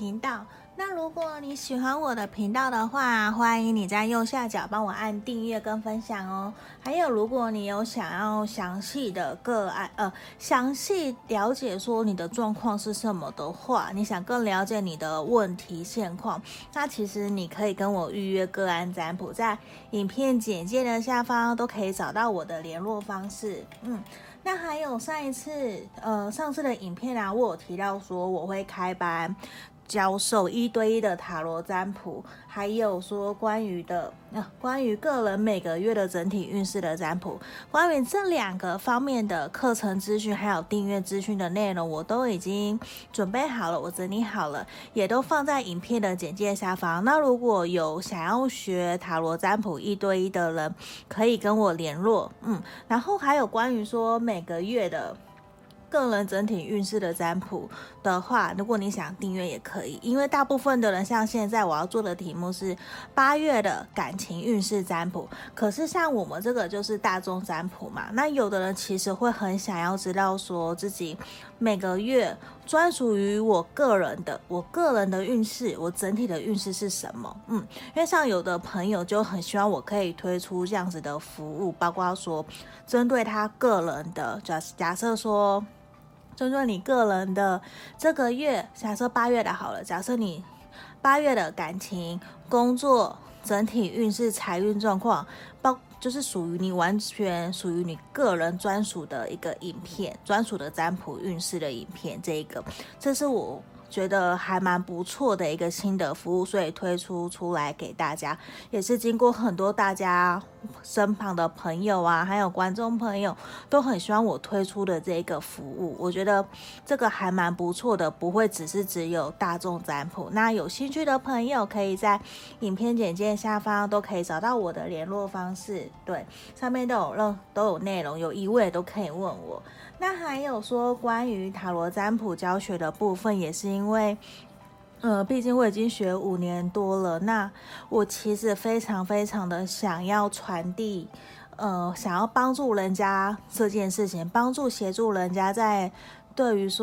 频道。那如果你喜欢我的频道的话，欢迎你在右下角帮我按订阅跟分享哦。还有，如果你有想要详细的个案，详细了解说你的状况是什么的话，你想更了解你的问题现况，那其实你可以跟我预约个案占卜，在影片简介的下方都可以找到我的联络方式。那还有上次的影片啊，我有提到说我会开班教授1对1的塔罗占卜，还有说关于个人每个月的整体运势的占卜，关于这2个方面的课程资讯还有订阅资讯的内容，我都已经准备好了，我整理好了，也都放在影片的简介下方。那如果有想要学塔罗占卜1对1的人，可以跟我联络。然后还有关于说每个月的个人整体运势的占卜的话，如果你想订阅也可以，因为大部分的人像现在我要做的题目是8月的感情运势占卜，可是像我们这个就是大众占卜嘛，那有的人其实会很想要知道说自己每个月专属于我个人的运势，我整体的运势是什么。因为像有的朋友就很希望我可以推出这样子的服务，包括说针对他个人的，假设说针对你个人的这个月，假设8月的好了，假设你8月的感情、工作、整体运势、财运状况，就是完全属于你个人专属的一个影片，专属的占卜运势的影片，这是我觉得还蛮不错的一个新的服务，所以推出来给大家，也是经过很多大家身旁的朋友啊，还有观众朋友都很希望我推出的这个服务，我觉得这个还蛮不错的，不会只有大众占卜。那有兴趣的朋友可以在影片简介下方都可以找到我的联络方式，对，上面都有内容，有疑问都可以问我。那还有说关于塔罗占卜教学的部分，也是因为毕竟我已经学5年多了，那我其实非常非常的想要传递想要帮助人家这件事情，协助人家在对于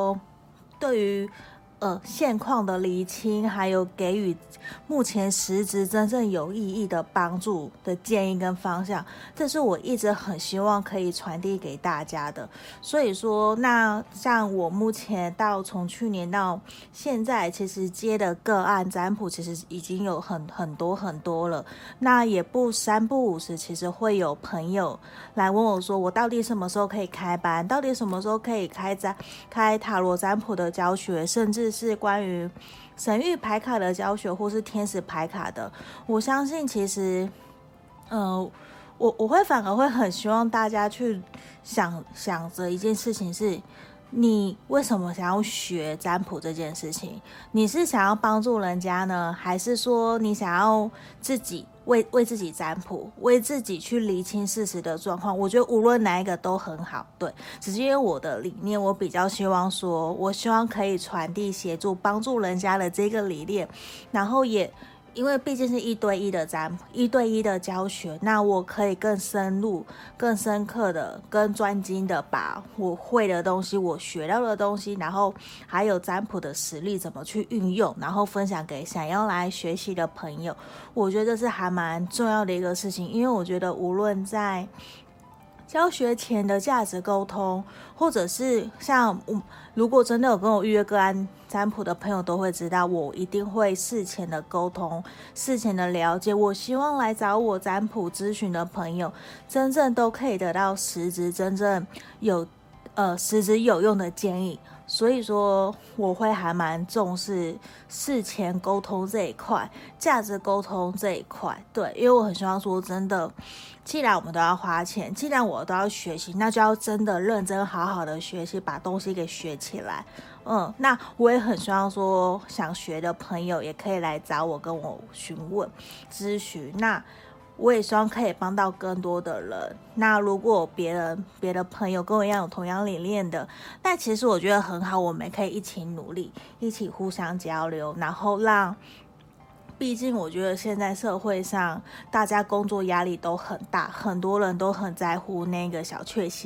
现况的厘清，还有给予目前实质真正有意义的帮助的建议跟方向，这是我一直很希望可以传递给大家的。所以说，那像我目前从去年到现在，其实接的个案占卜其实已经有很多了。那也不三不五时，其实会有朋友来问我说，我到底什么时候可以开班，到底什么时候可以开塔罗占卜的教学，甚至是关于神谕牌卡的教学，或是天使牌卡的。我相信其实我反而会很希望大家去想着一件事情，是你为什么想要学占卜这件事情？你是想要帮助人家呢，还是说你想要自己为自己占卜，为自己去厘清事实的状况？我觉得无论哪一个都很好，对。只是因为我的理念，我比较希望说，我希望可以传递、协助、帮助人家的这个理念，然后也因为毕竟是1对1的1对1的教学，那我可以更深入、更深刻的、更专精的把我会的东西、我学到的东西，然后还有占卜的实力怎么去运用，然后分享给想要来学习的朋友。我觉得这是还蛮重要的一个事情，因为我觉得无论在教学前的价值沟通，或者是像如果真的有跟我预约个案占卜的朋友都会知道，我一定会事前的沟通，事前的了解，我希望来找我占卜咨询的朋友真正都可以得到真正实质有用的建议。所以说我会还蛮重视事前沟通这一块，价值沟通这一块，对，因为我很希望说真的，既然我们都要花钱，既然我都要学习，那就要真的认真好好的学习，把东西给学起来。那我也很希望说想学的朋友也可以来找我，跟我询问咨询，那我也希望可以帮到更多的人。那如果别的朋友跟我一样有同样理念的，那其实我觉得很好，我们可以一起努力，一起互相交流，然后毕竟我觉得现在社会上大家工作压力都很大，很多人都很在乎那个小确幸嘛。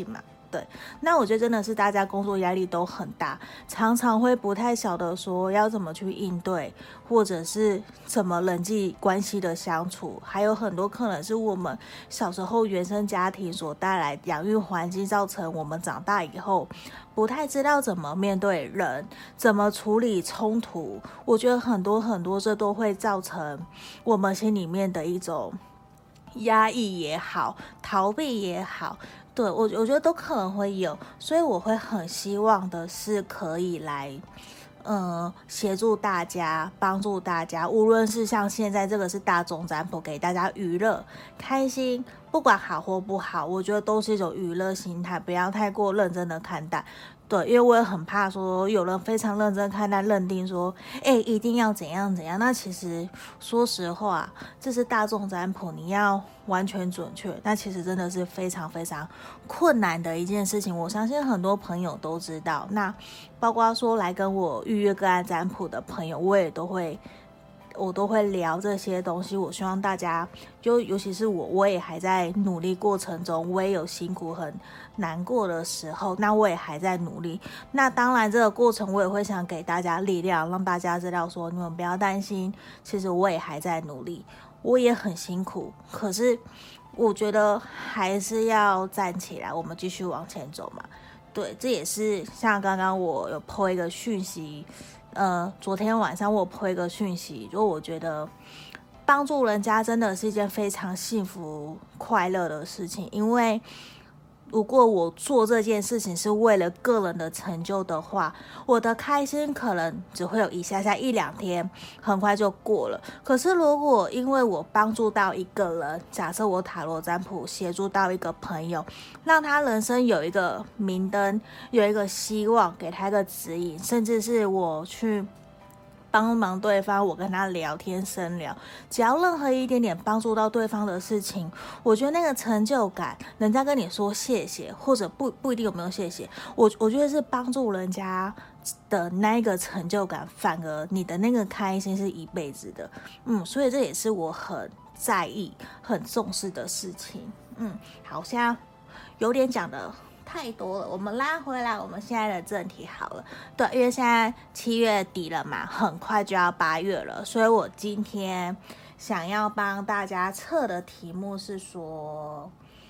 对，那我觉得真的是大家工作压力都很大，常常会不太晓得说要怎么去应对，或者是怎么人际关系的相处，还有很多可能是我们小时候原生家庭所带来养育环境，造成我们长大以后不太知道怎么面对人，怎么处理冲突。我觉得很多很多这都会造成我们心里面的一种压抑也好，逃避也好。对，我觉得都可能会有，所以我会很希望的是可以来，协助大家，帮助大家，无论是像现在这个是大众占卜，给大家娱乐、开心，不管好或不好，我觉得都是一种娱乐心态，不要太过认真的看待。对，因为我也很怕说有人非常认真看待，认定说，一定要怎样怎样。那其实说实话，这是大众占卜，你要完全准确，那其实真的是非常非常困难的一件事情。我相信很多朋友都知道，那包括说来跟我预约个案占卜的朋友，我都会聊这些东西。我希望大家，尤其是我也还在努力过程中，我也有辛苦很难过的时候，那我也还在努力。那当然这个过程我也会想给大家力量，让大家知道说你们不要担心，其实我也还在努力，我也很辛苦，可是我觉得还是要站起来，我们继续往前走嘛。对，这也是像刚刚我有 po 一个讯息，昨天晚上我有 po 一个讯息，就我觉得帮助人家真的是一件非常幸福快乐的事情，因为如果我做这件事情是为了个人的成就的话，我的开心可能只会有一下下一两天，很快就过了。可是如果因为我帮助到一个人，假设我塔罗占卜协助到一个朋友，让他人生有一个明灯，有一个希望，给他一个指引，甚至是我去帮忙对方，我跟他聊天深聊，只要任何一点点帮助到对方的事情，我觉得那个成就感，人家跟你说谢谢，或者不一定有没有谢谢，我觉得是帮助人家的那一个成就感，反而你的那个开心是一辈子的。所以这也是我很在意、很重视的事情。好像有点讲的太多了，我们拉回来我们现在的正题好了。对，因为现在7月底了嘛，很快就要8月了，所以我今天想要帮大家测的题目是说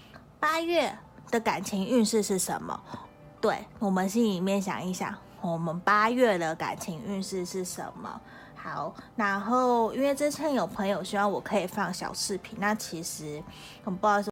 8月的感情运势是什么。对，我们心里面想一想，我们8月的感情运势是什么。好，然后因为之前有朋友希望我可以放小视频，那其实很不好意思。